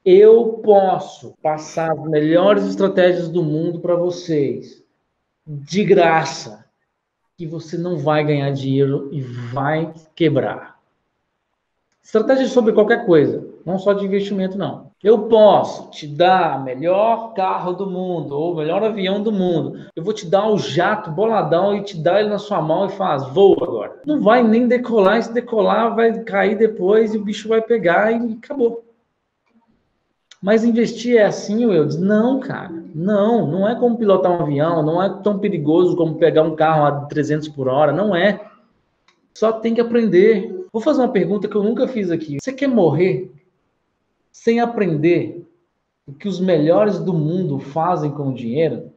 Eu posso passar as melhores estratégias do mundo para vocês, de graça, que você não vai ganhar dinheiro e vai quebrar. Estratégia sobre qualquer coisa, não só de investimento, não. Eu posso te dar o melhor carro do mundo, ou o melhor avião do mundo. Eu vou te dar o jato boladão e te dar ele na sua mão e faz, voa agora. Não vai nem decolar, e se decolar vai cair depois e o bicho vai pegar e acabou. Mas investir é assim, Wildes? Não, cara. Não, não é como pilotar um avião, não é tão perigoso como pegar um carro a 300 por hora, não é. Só tem que aprender. Vou fazer uma pergunta que eu nunca fiz aqui. Você quer morrer sem aprender o que os melhores do mundo fazem com o dinheiro?